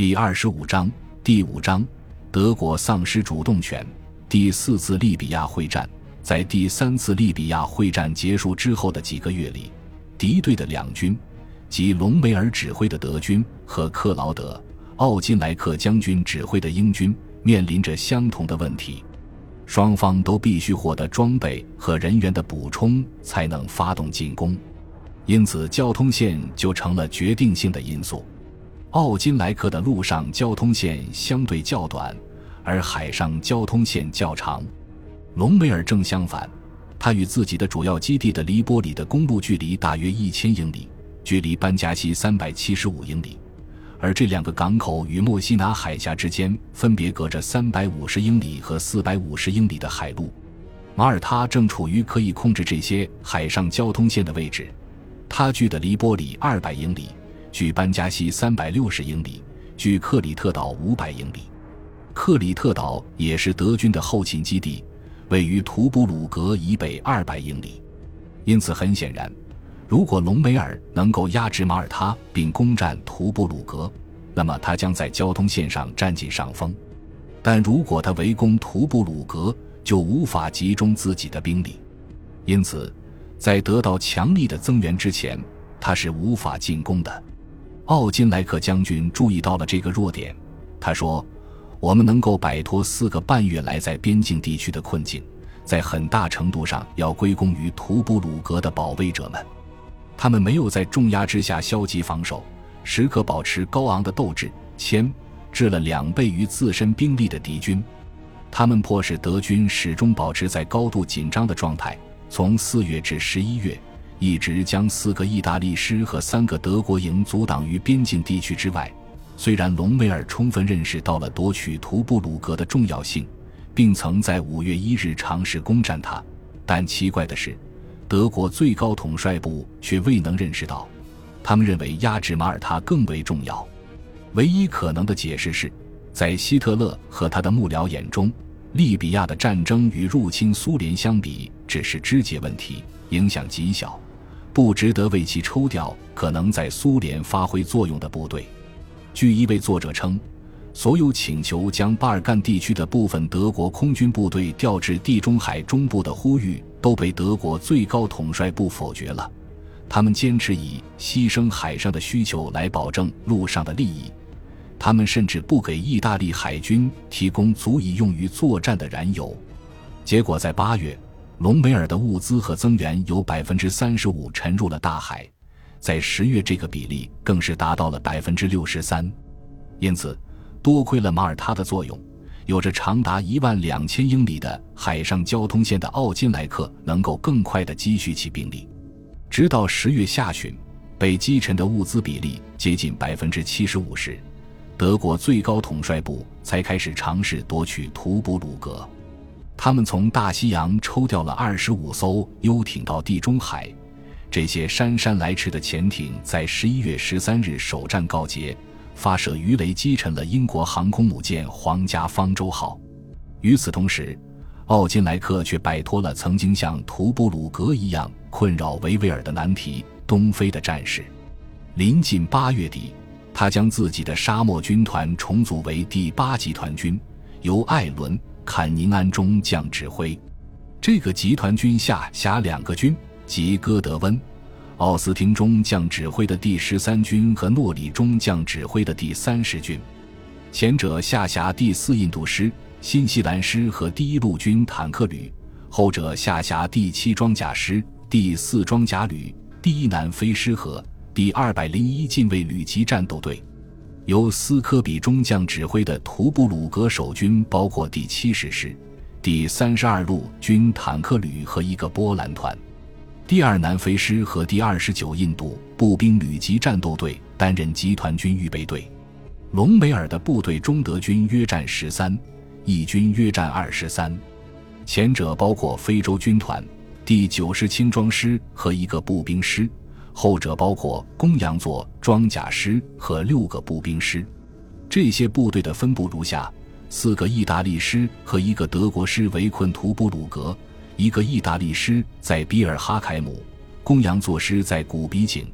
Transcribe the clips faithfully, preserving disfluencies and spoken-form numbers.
第二十五章第五章德国丧失主动权。第四次利比亚会战。在第三次利比亚会战结束之后的几个月里，敌对的两军，即隆美尔指挥的德军和克劳德·奥金莱克将军指挥的英军，面临着相同的问题。双方都必须获得装备和人员的补充才能发动进攻，因此交通线就成了决定性的因素。奥金莱克的陆上交通线相对较短，而海上交通线较长。隆美尔正相反，他与自己的主要基地的黎波里的公路距离大约一千英里，距离班加西三百七十五英里，而这两个港口与墨西拿海峡之间分别隔着三百五十英里和四百五十英里的海路。马耳他正处于可以控制这些海上交通线的位置，它距的黎波里二百英里，距班加西三百六十英里，距克里特岛五百英里。克里特岛也是德军的后勤基地，位于图布鲁格以北二百英里。因此很显然，如果隆美尔能够压制马耳他并攻占图布鲁格，那么他将在交通线上占尽上风。但如果他围攻图布鲁格，就无法集中自己的兵力。因此在得到强力的增援之前，他是无法进攻的。奥金莱克将军注意到了这个弱点，他说，我们能够摆脱四个半月来在边境地区的困境，在很大程度上要归功于图布鲁格的保卫者们。他们没有在重压之下消极防守，时刻保持高昂的斗志，牵制了两倍于自身兵力的敌军。他们迫使德军始终保持在高度紧张的状态，从四月至十一月，一直将四个意大利师和三个德国营阻挡于边境地区之外。虽然隆美尔充分认识到了夺取图布鲁格的重要性，并曾在五月一日尝试攻占它，但奇怪的是，德国最高统帅部却未能认识到，他们认为压制马耳他更为重要。唯一可能的解释是，在希特勒和他的幕僚眼中，利比亚的战争与入侵苏联相比只是枝节问题，影响极小，不值得为其抽调可能在苏联发挥作用的部队。据一位作者称，所有请求将巴尔干地区的部分德国空军部队调至地中海中部的呼吁都被德国最高统帅部否决了。他们坚持以牺牲海上的需求来保证陆上的利益，他们甚至不给意大利海军提供足以用于作战的燃油。结果在八月，隆美尔的物资和增援有 百分之三十五 沉入了大海，在十月这个比例更是达到了 百分之六十三。 因此多亏了马耳他的作用，有着长达一万两千英里的海上交通线的奥金莱克能够更快地积蓄起兵力。直到十月下旬，被击沉的物资比例接近 百分之七十五 时，德国最高统帅部才开始尝试夺取图布鲁格。他们从大西洋抽调了二十五艘游艇到地中海，这些姗姗来迟的潜艇在十一月十三日首战告捷，发射鱼雷击沉了英国航空母舰皇家方舟号。与此同时，奥金莱克却摆脱了曾经像图布鲁格一样困扰维维尔的难题——东非的战事。临近八月底，他将自己的沙漠军团重组为第八集团军，由艾伦·坎宁安中将指挥。这个集团军下辖两个军，即戈德温·奥斯汀中将指挥的第十三军和诺里中将指挥的第三十军。前者下辖第四印度师、新西兰师和第一陆军坦克旅，后者下辖第七装甲师、第四装甲旅、第一南非师和第二百零一近卫旅级战斗队。由斯科比中将指挥的图布鲁格守军包括第七十师、第三十二路军坦克旅和一个波兰团。第二南非师和第二十九印度步兵旅级战斗队担任集团军预备队。隆美尔的部队中德军约占十三，义军约占二十三。前者包括非洲军团、第九十轻装师和一个步兵师，后者包括公羊座装甲师和六个步兵师。这些部队的分布如下：四个意大利师和一个德国师围困图布鲁格，一个意大利师在比尔哈凯姆，公羊座师在古比景，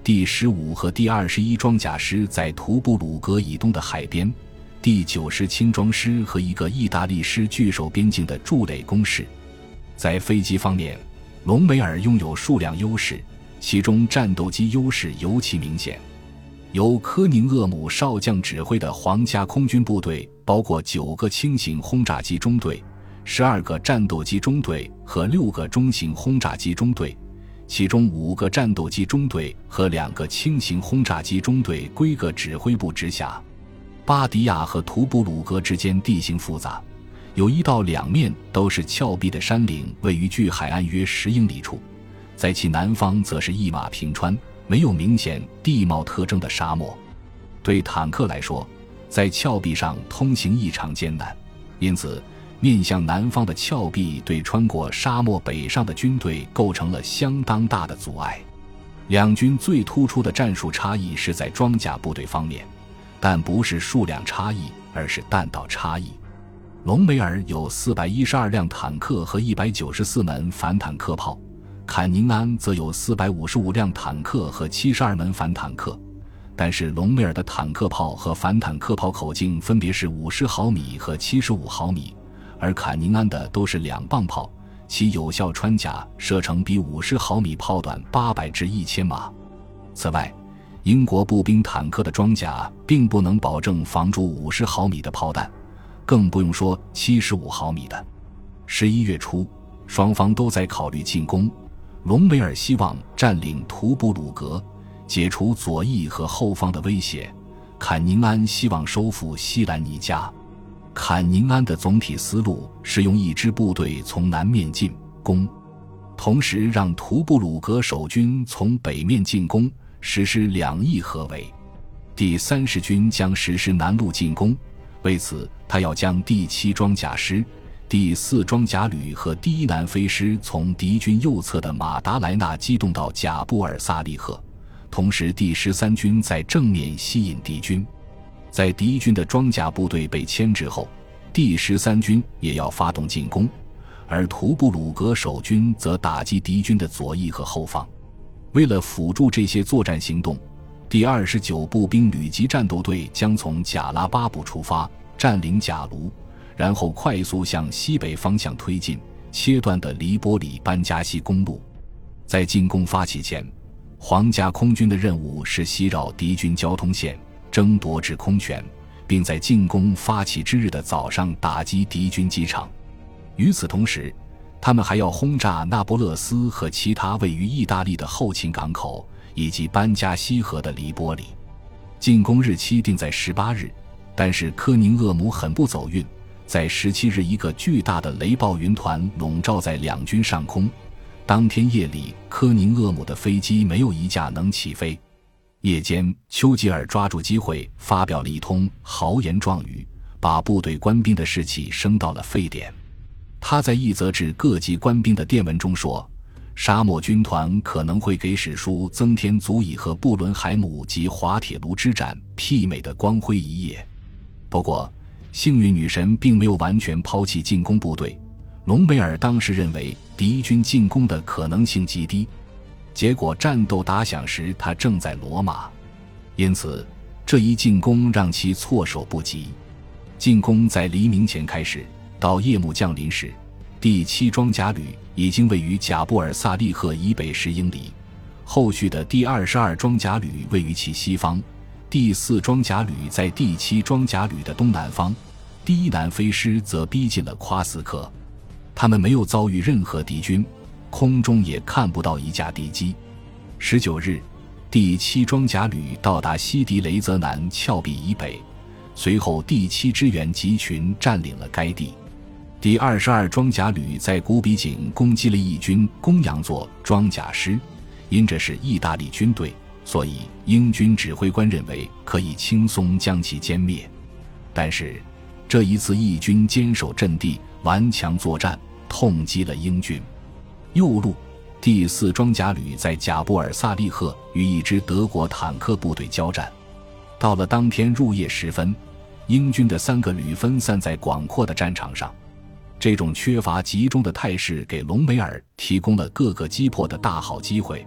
第十五和第二十一装甲师在图布鲁格以东的海边，第九十轻装师和一个意大利师据守边境的筑垒工事。在飞机方面，隆美尔拥有数量优势，其中战斗机优势尤其明显。由科宁厄姆少将指挥的皇家空军部队包括九个轻型轰炸机中队、十二个战斗机中队和六个中型轰炸机中队，其中五个战斗机中队和两个轻型轰炸机中队归各指挥部直辖。巴迪亚和图布鲁格之间地形复杂，有一到两面都是峭壁的山岭，位于距海岸约十英里处，在其南方则是一马平川，没有明显地貌特征的沙漠。对坦克来说，在峭壁上通行异常艰难，因此面向南方的峭壁对穿过沙漠北上的军队构成了相当大的阻碍。两军最突出的战术差异是在装甲部队方面，但不是数量差异，而是弹道差异。隆美尔有四百一十二辆坦克和一百九十四门反坦克炮，坎宁安则有四百五十五辆坦克和七十二门反坦克，但是隆美尔的坦克炮和反坦克炮口径分别是五十毫米和七十五毫米，而坎宁安的都是两磅炮，其有效穿甲射程比五十毫米炮短八百至一千码。此外，英国步兵坦克的装甲并不能保证防住五十毫米的炮弹，更不用说七十五毫米的。十一月初，双方都在考虑进攻。隆美尔希望占领图布鲁格，解除左翼和后方的威胁；坎宁安希望收复西兰尼加。坎宁安的总体思路是用一支部队从南面进攻，同时让图布鲁格守军从北面进攻，实施两翼合围。第三十军将实施南路进攻，为此他要将第七装甲师、第四装甲旅和第一南非师从敌军右侧的马达莱纳机动到贾布尔萨利赫，同时第十三军在正面吸引敌军。在敌军的装甲部队被牵制后，第十三军也要发动进攻，而图布鲁格守军则打击敌军的左翼和后方。为了辅助这些作战行动，第二十九步兵旅级战斗队将从贾拉巴布出发，占领贾卢，然后快速向西北方向推进，切断的黎波里班加西公路。在进攻发起前，皇家空军的任务是袭扰敌军交通线，争夺制空权，并在进攻发起之日的早上打击敌军机场。与此同时，他们还要轰炸那不勒斯和其他位于意大利的后勤港口，以及班加西河的黎波里。进攻日期定在十八日，但是科宁厄姆很不走运，在十七日一个巨大的雷暴云团笼罩在两军上空，当天夜里科宁厄姆的飞机没有一架能起飞。夜间，丘吉尔抓住机会发表了一通豪言壮语，把部队官兵的士气升到了沸点。他在一则致各级官兵的电文中说，沙漠军团可能会给史书增添足以和布伦海姆及滑铁卢之战媲美的光辉一页。不过，幸运女神并没有完全抛弃进攻部队，隆美尔当时认为敌军进攻的可能性极低，结果战斗打响时他正在罗马，因此这一进攻让其措手不及。进攻在黎明前开始，到夜幕降临时，第七装甲旅已经位于贾布尔萨利赫以北十英里，后续的第二十二装甲旅位于其西方，第四装甲旅在第七装甲旅的东南方，第一南非师则逼近了夸斯克。他们没有遭遇任何敌军，空中也看不到一架敌机。十九日，第七装甲旅到达西迪雷泽南峭壁以北，随后第七支援集群占领了该地。第二十二装甲旅在古比井攻击了义军公羊座装甲师，因这是意大利军队，所以英军指挥官认为可以轻松将其歼灭。但是这一次义军坚守阵地，顽强作战，痛击了英军。右路，第四装甲旅在贾布尔萨利赫与一支德国坦克部队交战。到了当天入夜时分，英军的三个旅分散在广阔的战场上。这种缺乏集中的态势给隆美尔提供了各个击破的大好机会，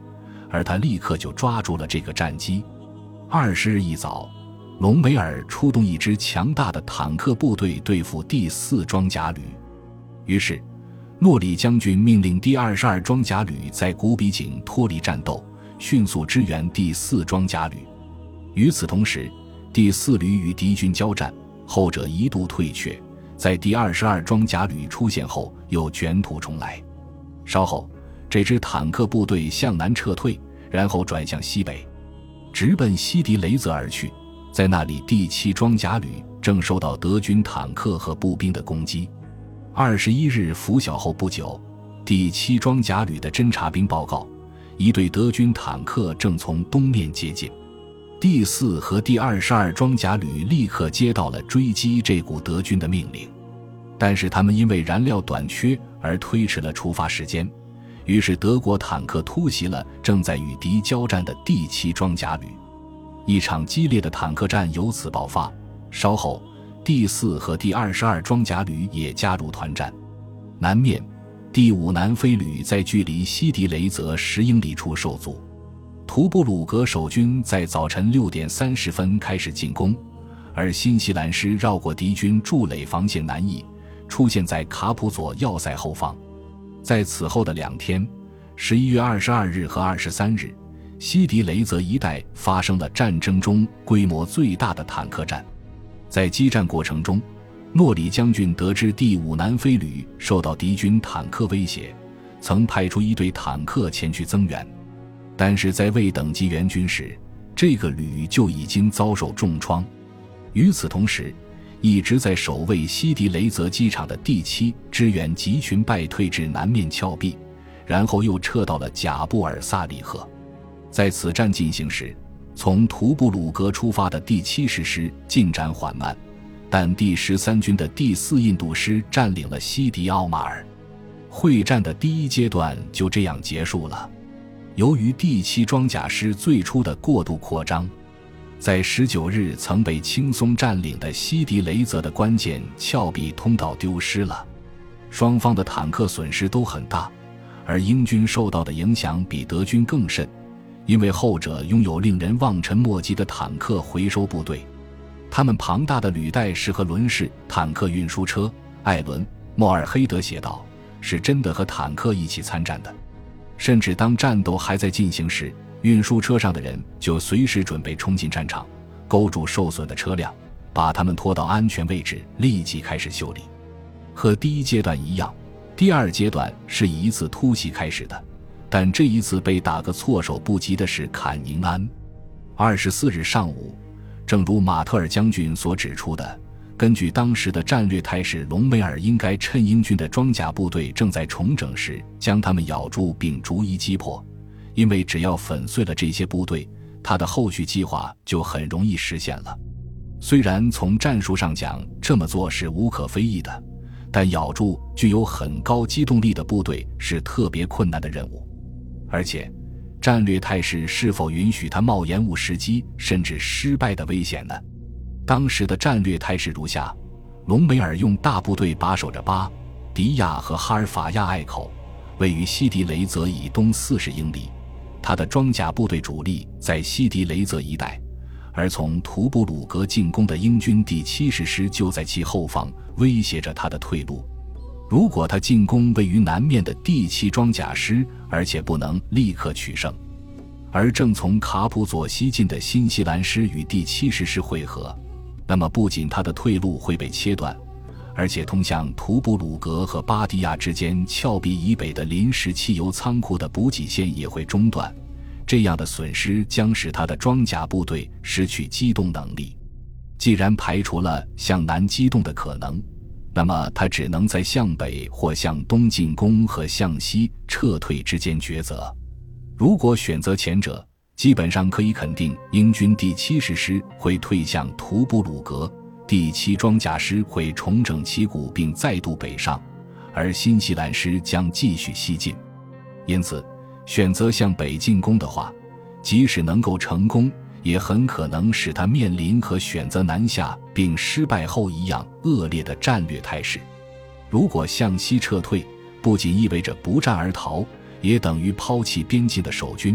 而他立刻就抓住了这个战机。二十日一早，隆美尔出动一支强大的坦克部队对付第四装甲旅。于是诺里将军命令第二十二装甲旅在古比井脱离战斗，迅速支援第四装甲旅。与此同时，第四旅与敌军交战，后者一度退却，在第二十二装甲旅出现后又卷土重来。稍后，这支坦克部队向南撤退，然后转向西北，直奔西迪雷泽而去。在那里，第七装甲旅正受到德军坦克和步兵的攻击。二十一日拂晓后不久，第七装甲旅的侦察兵报告，一队德军坦克正从东面接近。第四和第二十二装甲旅立刻接到了追击这股德军的命令，但是他们因为燃料短缺而推迟了出发时间，于是德国坦克突袭了正在与敌交战的第七装甲旅。一场激烈的坦克战由此爆发。稍后，第四和第二十二装甲旅也加入团战。南面，第五南非旅在距离西迪雷泽十英里处受阻。图布鲁格守军在早晨六点三十分开始进攻，而新西兰师绕过敌军筑垒防线南翼，出现在卡普佐要塞后方。在此后的两天，十一月二十二日和二十三日，西迪雷泽一带发生了战争中规模最大的坦克战。在激战过程中，诺里将军得知第五南非旅受到敌军坦克威胁，曾派出一队坦克前去增援，但是在未等及援军时，这个旅就已经遭受重创。与此同时，一直在守卫西迪雷泽机场的第七支援集群败退至南面峭壁，然后又撤到了贾布尔萨里赫。在此战进行时，从图布鲁格出发的第七十师进展缓慢，但第十三军的第四印度师占领了西迪奥马尔。会战的第一阶段就这样结束了。由于第七装甲师最初的过度扩张，在十九日曾被轻松占领的西迪雷泽的关键峭壁通道丢失了。双方的坦克损失都很大，而英军受到的影响比德军更甚，因为后者拥有令人望尘莫及的坦克回收部队。他们庞大的履带式和轮式坦克运输车，艾伦·莫尔黑德写道，是真的和坦克一起参战的。甚至当战斗还在进行时，运输车上的人就随时准备冲进战场，勾住受损的车辆，把他们拖到安全位置，立即开始修理。和第一阶段一样，第二阶段是以一次突袭开始的，但这一次被打个措手不及的是坎宁安。二十四日上午，正如马特尔将军所指出的，根据当时的战略态势，隆美尔应该趁英军的装甲部队正在重整时将他们咬住并逐一击破，因为只要粉碎了这些部队，他的后续计划就很容易实现了。虽然从战术上讲这么做是无可非议的，但咬住具有很高机动力的部队是特别困难的任务，而且战略态势是否允许他冒延误时机甚至失败的危险呢？当时的战略态势如下：隆美尔用大部队把守着巴迪亚和哈尔法亚隘口，位于西迪雷泽以东四十英里，他的装甲部队主力在西迪雷泽一带，而从图布鲁格进攻的英军第七十师就在其后方，威胁着他的退路。如果他进攻位于南面的第七装甲师，而且不能立刻取胜，而正从卡普佐西进的新西兰师与第七十师会合，那么不仅他的退路会被切断，而且通向图布鲁格和巴迪亚之间峭壁以北的临时汽油仓库的补给线也会中断。这样的损失将使他的装甲部队失去机动能力。既然排除了向南机动的可能，那么他只能在向北或向东进攻和向西撤退之间抉择。如果选择前者，基本上可以肯定英军第七十师会退向图布鲁格，第七装甲师会重整旗鼓并再度北上，而新西兰师将继续西进。因此选择向北进攻的话，即使能够成功，也很可能使他面临和选择南下并失败后一样恶劣的战略态势。如果向西撤退，不仅意味着不战而逃，也等于抛弃边境的守军，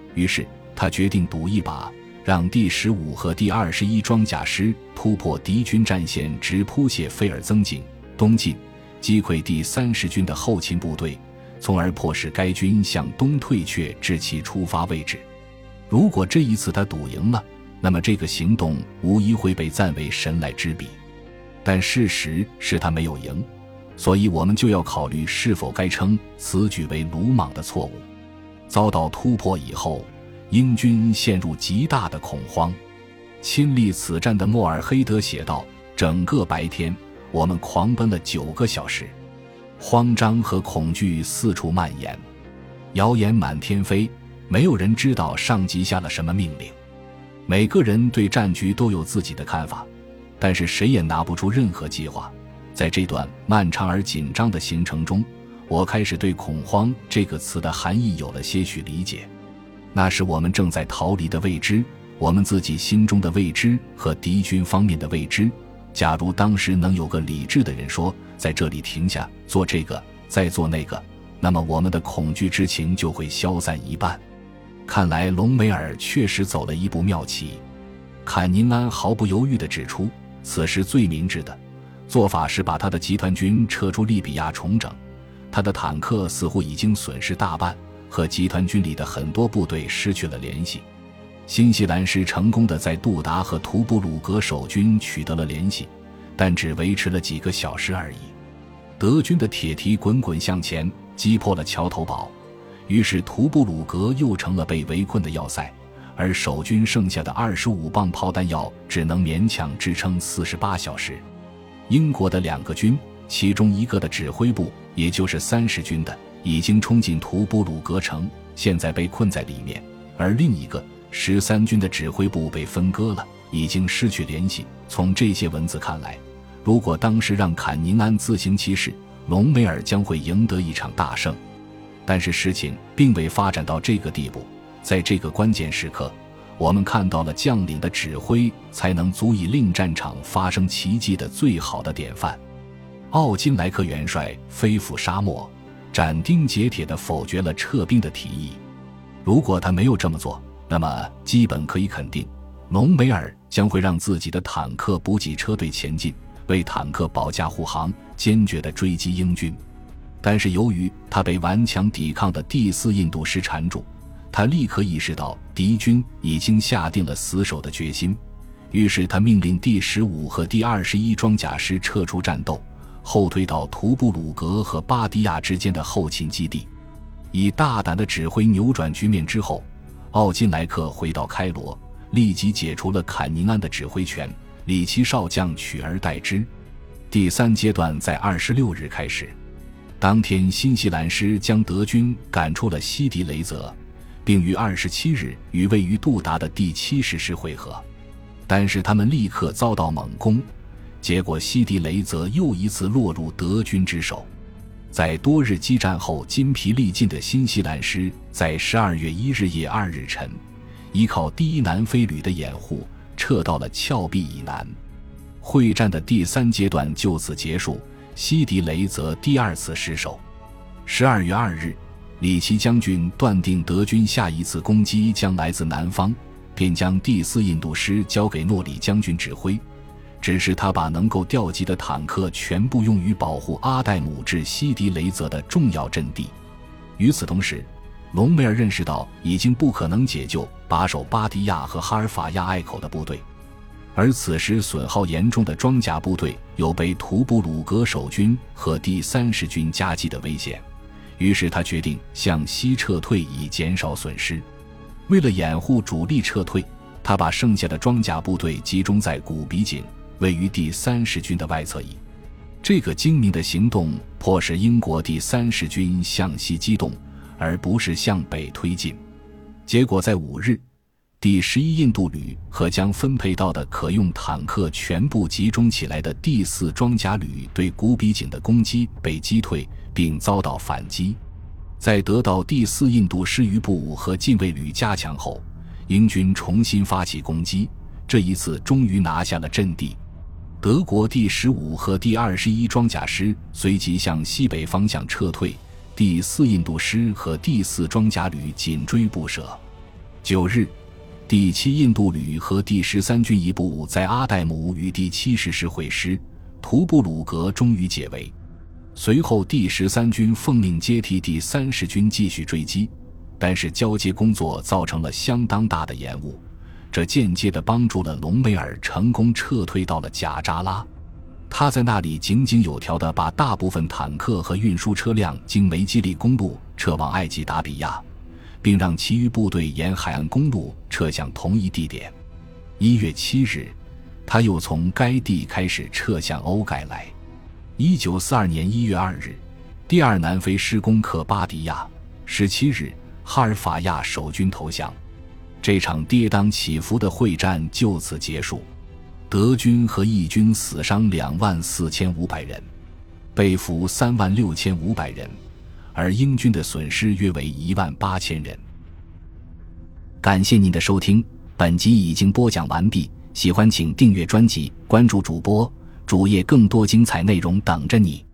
于是他决定赌一把，让第十五和第二十一装甲师突破敌军战线，直扑泻菲尔增井东进，击溃第三十军的后勤部队，从而迫使该军向东退却至其出发位置。如果这一次他赌赢了，那么这个行动无疑会被赞为神来之笔。但事实是他没有赢，所以我们就要考虑是否该称此举为鲁莽的错误。遭到突破以后，英军陷入极大的恐慌。亲历此战的莫尔黑德写道，整个白天我们狂奔了九个小时，慌张和恐惧四处蔓延，谣言满天飞，没有人知道上级下了什么命令。每个人对战局都有自己的看法，但是谁也拿不出任何计划。在这段漫长而紧张的行程中，我开始对恐慌这个词的含义有了些许理解。那是我们正在逃离的未知，我们自己心中的未知和敌军方面的未知。假如当时能有个理智的人说，在这里停下，做这个，再做那个，那么我们的恐惧之情就会消散一半。看来隆美尔确实走了一步妙棋。坎宁安毫不犹豫地指出，此时最明智的做法是把他的集团军撤出利比亚重整。他的坦克似乎已经损失大半，和集团军里的很多部队失去了联系。新西兰师成功地在杜达和图布鲁格守军取得了联系，但只维持了几个小时而已。德军的铁蹄滚滚向前，击破了桥头堡，于是图布鲁格又成了被围困的要塞，而守军剩下的二十五磅炮弹药只能勉强支撑四十八小时。英国的两个军，其中一个的指挥部，也就是三十军的，已经冲进图布鲁格城，现在被困在里面，而另一个十三军的指挥部被分割了，已经失去联系。从这些文字看来，如果当时让坎宁安自行其事，隆美尔将会赢得一场大胜。但是事情并未发展到这个地步，在这个关键时刻，我们看到了将领的指挥才能足以令战场发生奇迹的最好的典范。奥金莱克元帅飞赴沙漠，斩钉截铁地否决了撤兵的提议。如果他没有这么做，那么基本可以肯定，隆美尔将会让自己的坦克补给车队前进，为坦克保驾护航，坚决地追击英军。但是由于他被顽强抵抗的第四印度师缠住，他立刻意识到敌军已经下定了死守的决心，于是他命令第十五和第二十一装甲师撤出战斗，后退到图布鲁格和巴迪亚之间的后勤基地。以大胆的指挥扭转局面之后，奥金莱克回到开罗，立即解除了坎宁安的指挥权，里奇少将取而代之。第三阶段在二十六日开始。当天新西兰师将德军赶出了西迪雷泽，并于二十七日与位于杜达的第七十师会合，但是他们立刻遭到猛攻，结果西迪雷泽又一次落入德军之手。在多日激战后筋疲力尽的新西兰师在十二月一日夜二日晨，依靠第一南非旅的掩护撤到了峭壁以南。会战的第三阶段就此结束，西迪雷泽第二次失守。十二月二日，里奇将军断定德军下一次攻击将来自南方，便将第四印度师交给诺里将军指挥，只是他把能够调集的坦克全部用于保护阿代姆至西迪雷泽的重要阵地。与此同时，隆美尔认识到已经不可能解救把守巴迪亚和哈尔法亚隘口的部队，而此时损耗严重的装甲部队有被图布鲁格守军和第三十军夹击的危险，于是他决定向西撤退以减少损失。为了掩护主力撤退，他把剩下的装甲部队集中在古比井，位于第三十军的外侧翼。这个精明的行动迫使英国第三十军向西机动，而不是向北推进。结果在五日，第十一印度旅和将分配到的可用坦克全部集中起来的第四装甲旅对古比井的攻击被击退，并遭到反击。在得到第四印度师余部和近卫旅加强后，英军重新发起攻击，这一次终于拿下了阵地。德国第十五和第二十一装甲师随即向西北方向撤退，第四印度师和第四装甲旅紧追不舍。 九日，第七印度旅和第十三军一部在阿代姆与第七十师会师，图布鲁格终于解围。随后第十三军奉命接替第三十军继续追击，但是交接工作造成了相当大的延误，这间接地帮助了隆美尔成功撤退到了贾扎拉。他在那里井井有条地把大部分坦克和运输车辆经梅基利公路撤往埃及达比亚，并让其余部队沿海岸公路撤向同一地点。一月七日，他又从该地开始撤向欧盖莱。一九四二年一月二日，第二南非师攻克巴迪亚。十七日，哈尔法亚守军投降。这场跌宕起伏的会战就此结束。德军和义军死伤两万四千五百人，被俘三万六千五百人，而英军的损失约为一万八千人。感谢您的收听，本集已经播讲完毕。喜欢请订阅专辑，关注主播，主页更多精彩内容等着你。